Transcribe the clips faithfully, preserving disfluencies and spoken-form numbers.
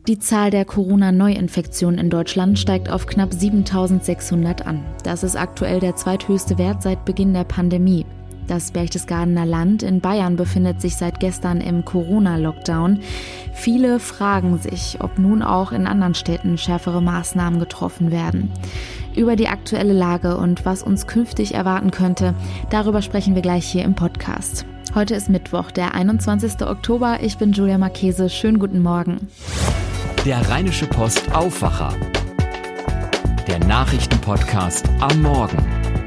Die Zahl der Corona-Neuinfektionen in Deutschland steigt auf knapp siebentausendsechshundert an. Das ist aktuell der zweithöchste Wert seit Beginn der Pandemie. Das Berchtesgadener Land in Bayern befindet sich seit gestern im Corona-Lockdown. Viele fragen sich, ob nun auch in anderen Städten schärfere Maßnahmen getroffen werden. Über die aktuelle Lage und was uns künftig erwarten könnte, darüber sprechen wir gleich hier im Podcast. Heute ist Mittwoch, der einundzwanzigsten Oktober. Ich bin Julia Marchese. Schönen guten Morgen. Der Rheinische Post Aufwacher. Der Nachrichtenpodcast am Morgen.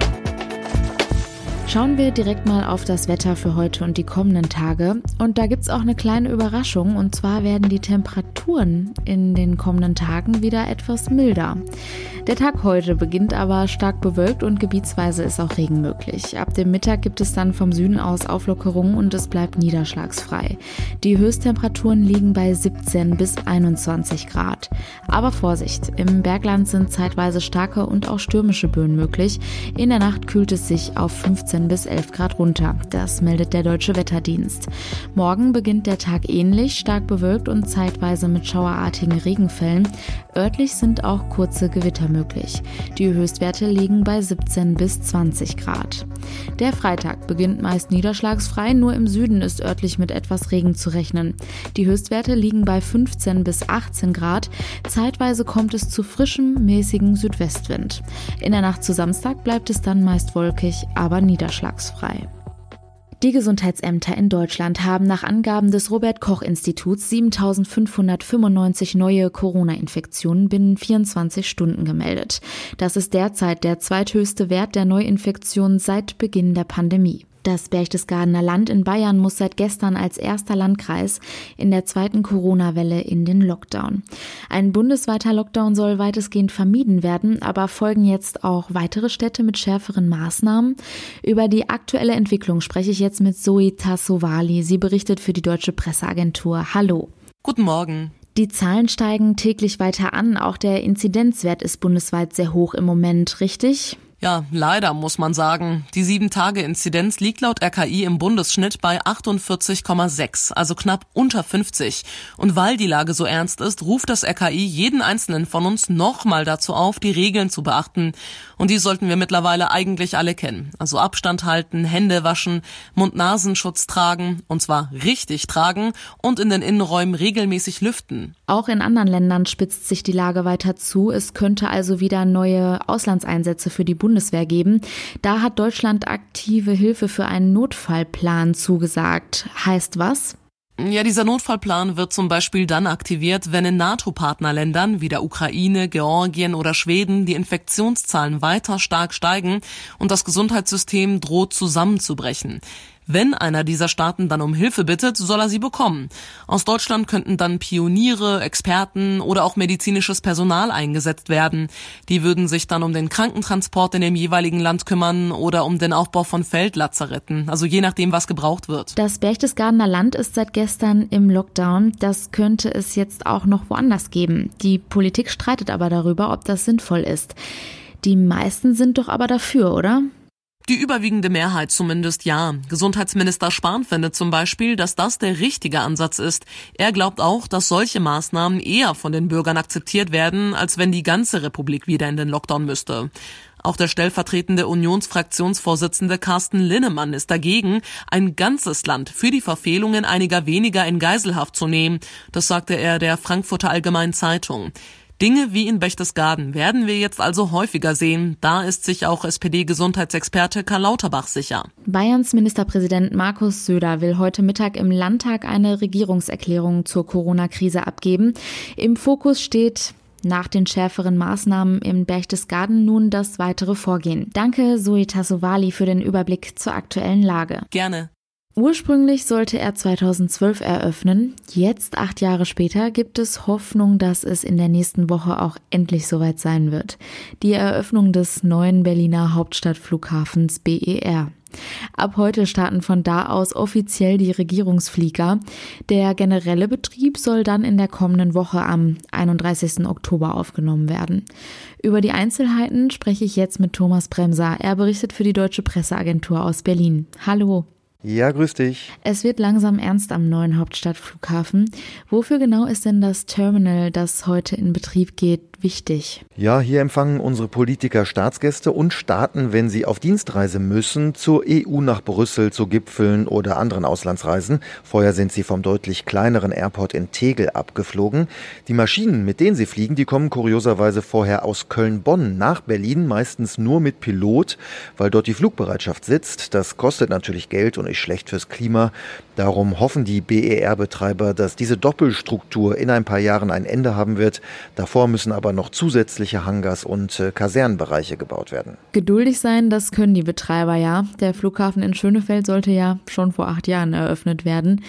Schauen wir direkt mal auf das Wetter für heute und die kommenden Tage. Und da gibt's auch eine kleine Überraschung. Und zwar werden die Temperaturen in den kommenden Tagen wieder etwas milder. Der Tag heute beginnt aber stark bewölkt und gebietsweise ist auch Regen möglich. Ab dem Mittag gibt es dann vom Süden aus Auflockerungen und es bleibt niederschlagsfrei. Die Höchsttemperaturen liegen bei siebzehn bis einundzwanzig Grad. Aber Vorsicht, im Bergland sind zeitweise starke und auch stürmische Böen möglich. In der Nacht kühlt es sich auf fünfzehn bis elf Grad runter. Das meldet der Deutsche Wetterdienst. Morgen beginnt der Tag ähnlich, stark bewölkt und zeitweise mit schauerartigen Regenfällen. Örtlich sind auch kurze Gewitter möglich. Die Höchstwerte liegen bei siebzehn bis zwanzig Grad. Der Freitag beginnt meist niederschlagsfrei, nur im Süden ist örtlich mit etwas Regen zu rechnen. Die Höchstwerte liegen bei fünfzehn bis achtzehn Grad. Zeitweise kommt es zu frischem, mäßigen Südwestwind. In der Nacht zu Samstag bleibt es dann meist wolkig, aber niederschlagsfrei. Die Gesundheitsämter in Deutschland haben nach Angaben des Robert-Koch-Instituts siebentausendfünfhundertfünfundneunzig neue Corona-Infektionen binnen vierundzwanzig Stunden gemeldet. Das ist derzeit der zweithöchste Wert der Neuinfektionen seit Beginn der Pandemie. Das Berchtesgadener Land in Bayern muss seit gestern als erster Landkreis in der zweiten Corona-Welle in den Lockdown. Ein bundesweiter Lockdown soll weitestgehend vermieden werden, aber folgen jetzt auch weitere Städte mit schärferen Maßnahmen. Über die aktuelle Entwicklung spreche ich jetzt mit Zoe Tassovali. Sie berichtet für die Deutsche Presseagentur. Hallo. Guten Morgen. Die Zahlen steigen täglich weiter an. Auch der Inzidenzwert ist bundesweit sehr hoch im Moment, richtig? Ja, leider muss man sagen. Die sieben Tage Inzidenz liegt laut R K I im Bundesschnitt bei achtundvierzig Komma sechs, also knapp unter fünfzig. Und weil die Lage so ernst ist, ruft das R K I jeden Einzelnen von uns nochmal dazu auf, die Regeln zu beachten. Und die sollten wir mittlerweile eigentlich alle kennen. Also Abstand halten, Hände waschen, Mund-Nasen-Schutz tragen, und zwar richtig tragen und in den Innenräumen regelmäßig lüften. Auch in anderen Ländern spitzt sich die Lage weiter zu. Es könnte also wieder neue Auslandseinsätze für die Bundeswehr geben. Da hat Deutschland aktive Hilfe für einen Notfallplan zugesagt. Heißt was? Ja, dieser Notfallplan wird zum Beispiel dann aktiviert, wenn in NATO-Partnerländern wie der Ukraine, Georgien oder Schweden die Infektionszahlen weiter stark steigen und das Gesundheitssystem droht zusammenzubrechen. Wenn einer dieser Staaten dann um Hilfe bittet, soll er sie bekommen. Aus Deutschland könnten dann Pioniere, Experten oder auch medizinisches Personal eingesetzt werden. Die würden sich dann um den Krankentransport in dem jeweiligen Land kümmern oder um den Aufbau von Feldlazaretten, also je nachdem, was gebraucht wird. Das Berchtesgadener Land ist seit gestern im Lockdown. Das könnte es jetzt auch noch woanders geben. Die Politik streitet aber darüber, ob das sinnvoll ist. Die meisten sind doch aber dafür, oder? Die überwiegende Mehrheit zumindest ja. Gesundheitsminister Spahn findet zum Beispiel, dass das der richtige Ansatz ist. Er glaubt auch, dass solche Maßnahmen eher von den Bürgern akzeptiert werden, als wenn die ganze Republik wieder in den Lockdown müsste. Auch der stellvertretende Unionsfraktionsvorsitzende Carsten Linnemann ist dagegen, ein ganzes Land für die Verfehlungen einiger weniger in Geiselhaft zu nehmen. Das sagte er der Frankfurter Allgemeinen Zeitung. Dinge wie in Berchtesgaden werden wir jetzt also häufiger sehen. Da ist sich auch S P D-Gesundheitsexperte Karl Lauterbach sicher. Bayerns Ministerpräsident Markus Söder will heute Mittag im Landtag eine Regierungserklärung zur Corona-Krise abgeben. Im Fokus steht nach den schärferen Maßnahmen im Berchtesgaden nun das weitere Vorgehen. Danke, Zoe Tassovali, für den Überblick zur aktuellen Lage. Gerne. Ursprünglich sollte er zweitausendzwölf eröffnen. Jetzt, acht Jahre später, gibt es Hoffnung, dass es in der nächsten Woche auch endlich soweit sein wird. Die Eröffnung des neuen Berliner Hauptstadtflughafens B E R. Ab heute starten von da aus offiziell die Regierungsflieger. Der generelle Betrieb soll dann in der kommenden Woche am einunddreißigsten Oktober aufgenommen werden. Über die Einzelheiten spreche ich jetzt mit Thomas Bremser. Er berichtet für die Deutsche Presseagentur aus Berlin. Hallo. Ja, grüß dich. Es wird langsam ernst am neuen Hauptstadtflughafen. Wofür genau ist denn das Terminal, das heute in Betrieb geht, wichtig? Ja, hier empfangen unsere Politiker Staatsgäste und starten, wenn sie auf Dienstreise müssen, zur E U nach Brüssel, zu Gipfeln oder anderen Auslandsreisen. Vorher sind sie vom deutlich kleineren Airport in Tegel abgeflogen. Die Maschinen, mit denen sie fliegen, die kommen kurioserweise vorher aus Köln-Bonn nach Berlin, meistens nur mit Pilot, weil dort die Flugbereitschaft sitzt. Das kostet natürlich Geld und ist schlecht fürs Klima. Darum hoffen die B E R-Betreiber, dass diese Doppelstruktur in ein paar Jahren ein Ende haben wird. Davor müssen aber noch zusätzliche Hangars und äh, Kasernenbereiche gebaut werden. Geduldig sein, das können die Betreiber ja. Der Flughafen in Schönefeld sollte ja schon vor acht Jahren eröffnet werden.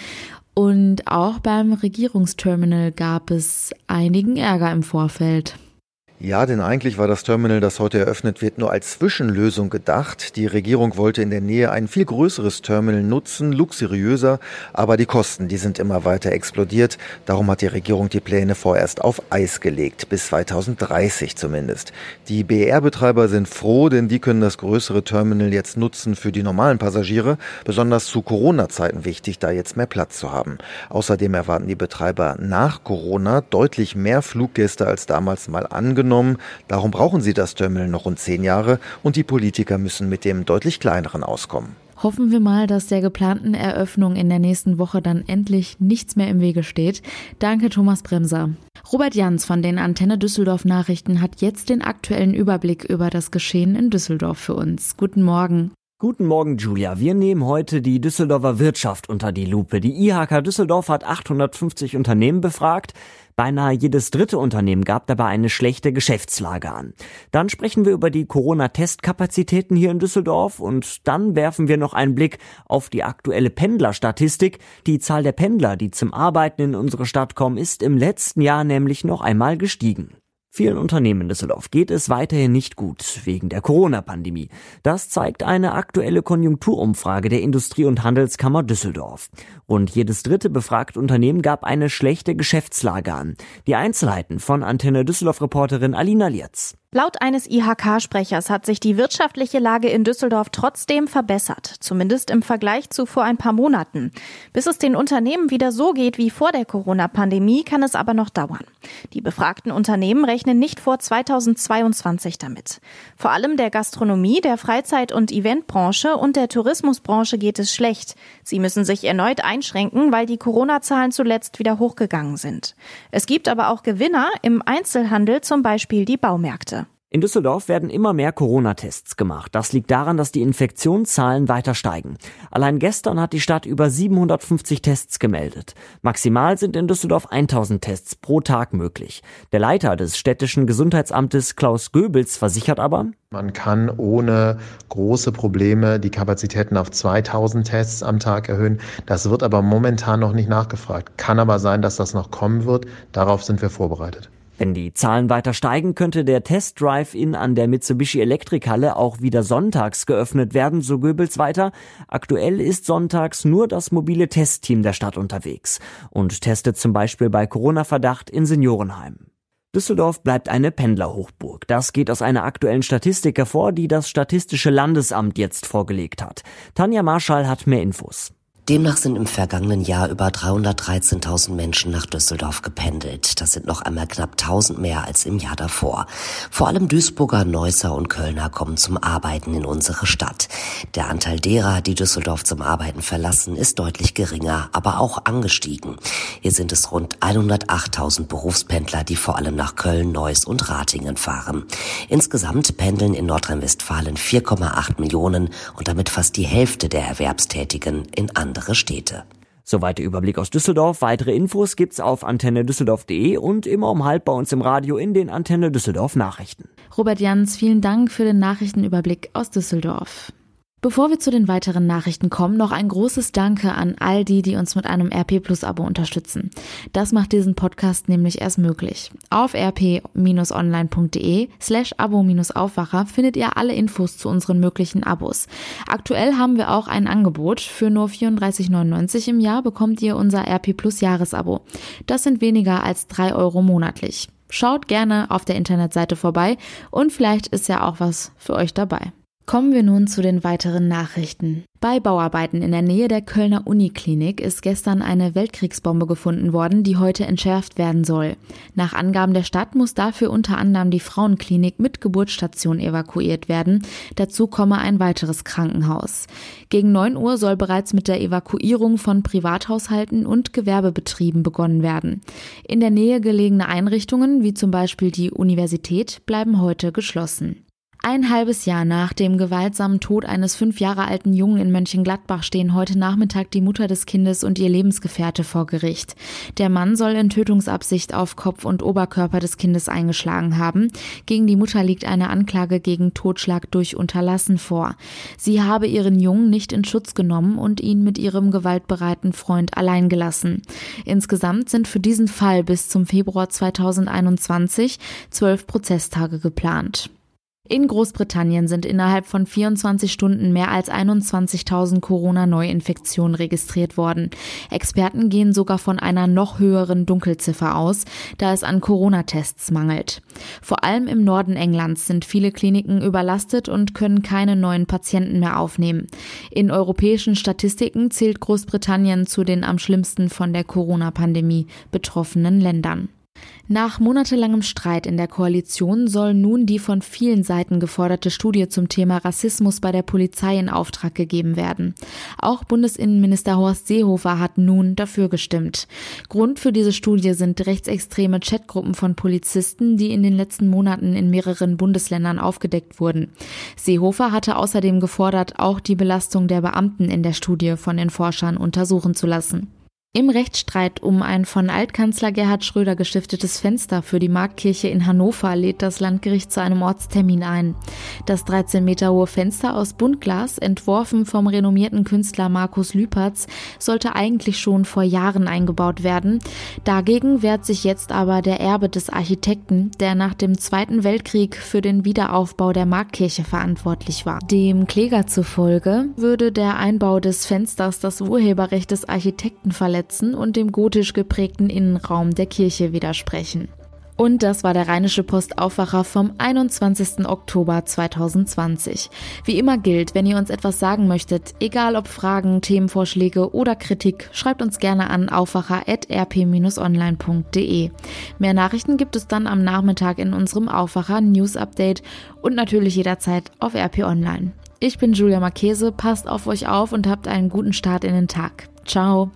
Und auch beim Regierungsterminal gab es einigen Ärger im Vorfeld. Ja, denn eigentlich war das Terminal, das heute eröffnet wird, nur als Zwischenlösung gedacht. Die Regierung wollte in der Nähe ein viel größeres Terminal nutzen, luxuriöser, aber die Kosten, die sind immer weiter explodiert. Darum hat die Regierung die Pläne vorerst auf Eis gelegt, bis zweitausenddreißig zumindest. Die B E R-Betreiber sind froh, denn die können das größere Terminal jetzt nutzen für die normalen Passagiere. Besonders zu Corona-Zeiten wichtig, da jetzt mehr Platz zu haben. Außerdem erwarten die Betreiber nach Corona deutlich mehr Fluggäste als damals mal angenommen. Darum brauchen sie das Terminal noch rund zehn Jahre und die Politiker müssen mit dem deutlich kleineren auskommen. Hoffen wir mal, dass der geplanten Eröffnung in der nächsten Woche dann endlich nichts mehr im Wege steht. Danke, Thomas Bremser. Robert Jans von den Antenne Düsseldorf Nachrichten hat jetzt den aktuellen Überblick über das Geschehen in Düsseldorf für uns. Guten Morgen. Guten Morgen, Julia. Wir nehmen heute die Düsseldorfer Wirtschaft unter die Lupe. Die I H K Düsseldorf hat achthundertfünfzig Unternehmen befragt. Beinahe jedes dritte Unternehmen gab dabei eine schlechte Geschäftslage an. Dann sprechen wir über die Corona-Testkapazitäten hier in Düsseldorf und dann werfen wir noch einen Blick auf die aktuelle Pendlerstatistik. Die Zahl der Pendler, die zum Arbeiten in unsere Stadt kommen, ist im letzten Jahr nämlich noch einmal gestiegen. Vielen Unternehmen in Düsseldorf geht es weiterhin nicht gut, wegen der Corona-Pandemie. Das zeigt eine aktuelle Konjunkturumfrage der Industrie- und Handelskammer Düsseldorf. Rund jedes dritte befragte Unternehmen gab eine schlechte Geschäftslage an. Die Einzelheiten von Antenne Düsseldorf-Reporterin Alina Lierz. Laut eines I H K-Sprechers hat sich die wirtschaftliche Lage in Düsseldorf trotzdem verbessert, zumindest im Vergleich zu vor ein paar Monaten. Bis es den Unternehmen wieder so geht wie vor der Corona-Pandemie, kann es aber noch dauern. Die befragten Unternehmen rechnen nicht vor zweitausendzweiundzwanzig damit. Vor allem der Gastronomie, der Freizeit- und Eventbranche und der Tourismusbranche geht es schlecht. Sie müssen sich erneut einschränken, weil die Corona-Zahlen zuletzt wieder hochgegangen sind. Es gibt aber auch Gewinner im Einzelhandel, zum Beispiel die Baumärkte. In Düsseldorf werden immer mehr Corona-Tests gemacht. Das liegt daran, dass die Infektionszahlen weiter steigen. Allein gestern hat die Stadt über siebenhundertfünfzig Tests gemeldet. Maximal sind in Düsseldorf tausend Tests pro Tag möglich. Der Leiter des städtischen Gesundheitsamtes Klaus Goebels versichert aber: Man kann ohne große Probleme die Kapazitäten auf zweitausend Tests am Tag erhöhen. Das wird aber momentan noch nicht nachgefragt. Kann aber sein, dass das noch kommen wird. Darauf sind wir vorbereitet. Wenn die Zahlen weiter steigen, könnte der Test-Drive-In an der Mitsubishi Elektrikhalle auch wieder sonntags geöffnet werden, so Goebels weiter. Aktuell ist sonntags nur das mobile Testteam der Stadt unterwegs und testet zum Beispiel bei Corona-Verdacht in Seniorenheimen. Düsseldorf bleibt eine Pendlerhochburg. Das geht aus einer aktuellen Statistik hervor, die das Statistische Landesamt jetzt vorgelegt hat. Tanja Marschall hat mehr Infos. Demnach sind im vergangenen Jahr über dreihundertdreizehntausend Menschen nach Düsseldorf gependelt. Das sind noch einmal knapp tausend mehr als im Jahr davor. Vor allem Duisburger, Neusser und Kölner kommen zum Arbeiten in unsere Stadt. Der Anteil derer, die Düsseldorf zum Arbeiten verlassen, ist deutlich geringer, aber auch angestiegen. Hier sind es rund hundertachttausend Berufspendler, die vor allem nach Köln, Neuss und Ratingen fahren. Insgesamt pendeln in Nordrhein-Westfalen vier Komma acht Millionen und damit fast die Hälfte der Erwerbstätigen in andere Städte. Soweit der Überblick aus Düsseldorf. Weitere Infos gibt's auf antenne düsseldorf punkt de und immer um halb bei uns im Radio in den Antenne Düsseldorf Nachrichten. Robert Jans, vielen Dank für den Nachrichtenüberblick aus Düsseldorf. Bevor wir zu den weiteren Nachrichten kommen, noch ein großes Danke an all die, die uns mit einem R P Plus Abo unterstützen. Das macht diesen Podcast nämlich erst möglich. Auf rp-online.de slash abo-aufwacher findet ihr alle Infos zu unseren möglichen Abos. Aktuell haben wir auch ein Angebot. Für nur vierunddreißig neunundneunzig im Jahr bekommt ihr unser R P Plus Jahresabo. Das sind weniger als drei Euro monatlich. Schaut gerne auf der Internetseite vorbei und vielleicht ist ja auch was für euch dabei. Kommen wir nun zu den weiteren Nachrichten. Bei Bauarbeiten in der Nähe der Kölner Uniklinik ist gestern eine Weltkriegsbombe gefunden worden, die heute entschärft werden soll. Nach Angaben der Stadt muss dafür unter anderem die Frauenklinik mit Geburtsstation evakuiert werden. Dazu komme ein weiteres Krankenhaus. Gegen neun Uhr soll bereits mit der Evakuierung von Privathaushalten und Gewerbebetrieben begonnen werden. In der Nähe gelegene Einrichtungen, wie zum Beispiel die Universität, bleiben heute geschlossen. Ein halbes Jahr nach dem gewaltsamen Tod eines fünf Jahre alten Jungen in Mönchengladbach stehen heute Nachmittag die Mutter des Kindes und ihr Lebensgefährte vor Gericht. Der Mann soll in Tötungsabsicht auf Kopf und Oberkörper des Kindes eingeschlagen haben. Gegen die Mutter liegt eine Anklage gegen Totschlag durch Unterlassen vor. Sie habe ihren Jungen nicht in Schutz genommen und ihn mit ihrem gewaltbereiten Freund allein gelassen. Insgesamt sind für diesen Fall bis zum Februar zweitausendeinundzwanzig zwölf Prozesstage geplant. In Großbritannien sind innerhalb von vierundzwanzig Stunden mehr als einundzwanzigtausend Corona-Neuinfektionen registriert worden. Experten gehen sogar von einer noch höheren Dunkelziffer aus, da es an Corona-Tests mangelt. Vor allem im Norden Englands sind viele Kliniken überlastet und können keine neuen Patienten mehr aufnehmen. In europäischen Statistiken zählt Großbritannien zu den am schlimmsten von der Corona-Pandemie betroffenen Ländern. Nach monatelangem Streit in der Koalition soll nun die von vielen Seiten geforderte Studie zum Thema Rassismus bei der Polizei in Auftrag gegeben werden. Auch Bundesinnenminister Horst Seehofer hat nun dafür gestimmt. Grund für diese Studie sind rechtsextreme Chatgruppen von Polizisten, die in den letzten Monaten in mehreren Bundesländern aufgedeckt wurden. Seehofer hatte außerdem gefordert, auch die Belastung der Beamten in der Studie von den Forschern untersuchen zu lassen. Im Rechtsstreit um ein von Altkanzler Gerhard Schröder gestiftetes Fenster für die Marktkirche in Hannover lädt das Landgericht zu einem Ortstermin ein. Das dreizehn Meter hohe Fenster aus Buntglas, entworfen vom renommierten Künstler Markus Lüpertz, sollte eigentlich schon vor Jahren eingebaut werden. Dagegen wehrt sich jetzt aber der Erbe des Architekten, der nach dem Zweiten Weltkrieg für den Wiederaufbau der Marktkirche verantwortlich war. Dem Kläger zufolge würde der Einbau des Fensters das Urheberrecht des Architekten verletzen und dem gotisch geprägten Innenraum der Kirche widersprechen. Und das war der Rheinische Post Aufwacher vom einundzwanzigsten Oktober zweitausendzwanzig. Wie immer gilt, wenn ihr uns etwas sagen möchtet, egal ob Fragen, Themenvorschläge oder Kritik, schreibt uns gerne an aufwacher at r p dash online punkt d e. Mehr Nachrichten gibt es dann am Nachmittag in unserem Aufwacher News Update und natürlich jederzeit auf R P Online. Ich bin Julia Marchese, passt auf euch auf und habt einen guten Start in den Tag. Ciao.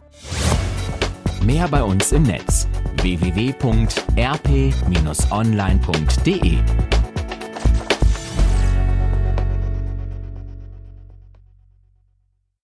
Mehr bei uns im Netz w w w punkt r p dash online punkt d e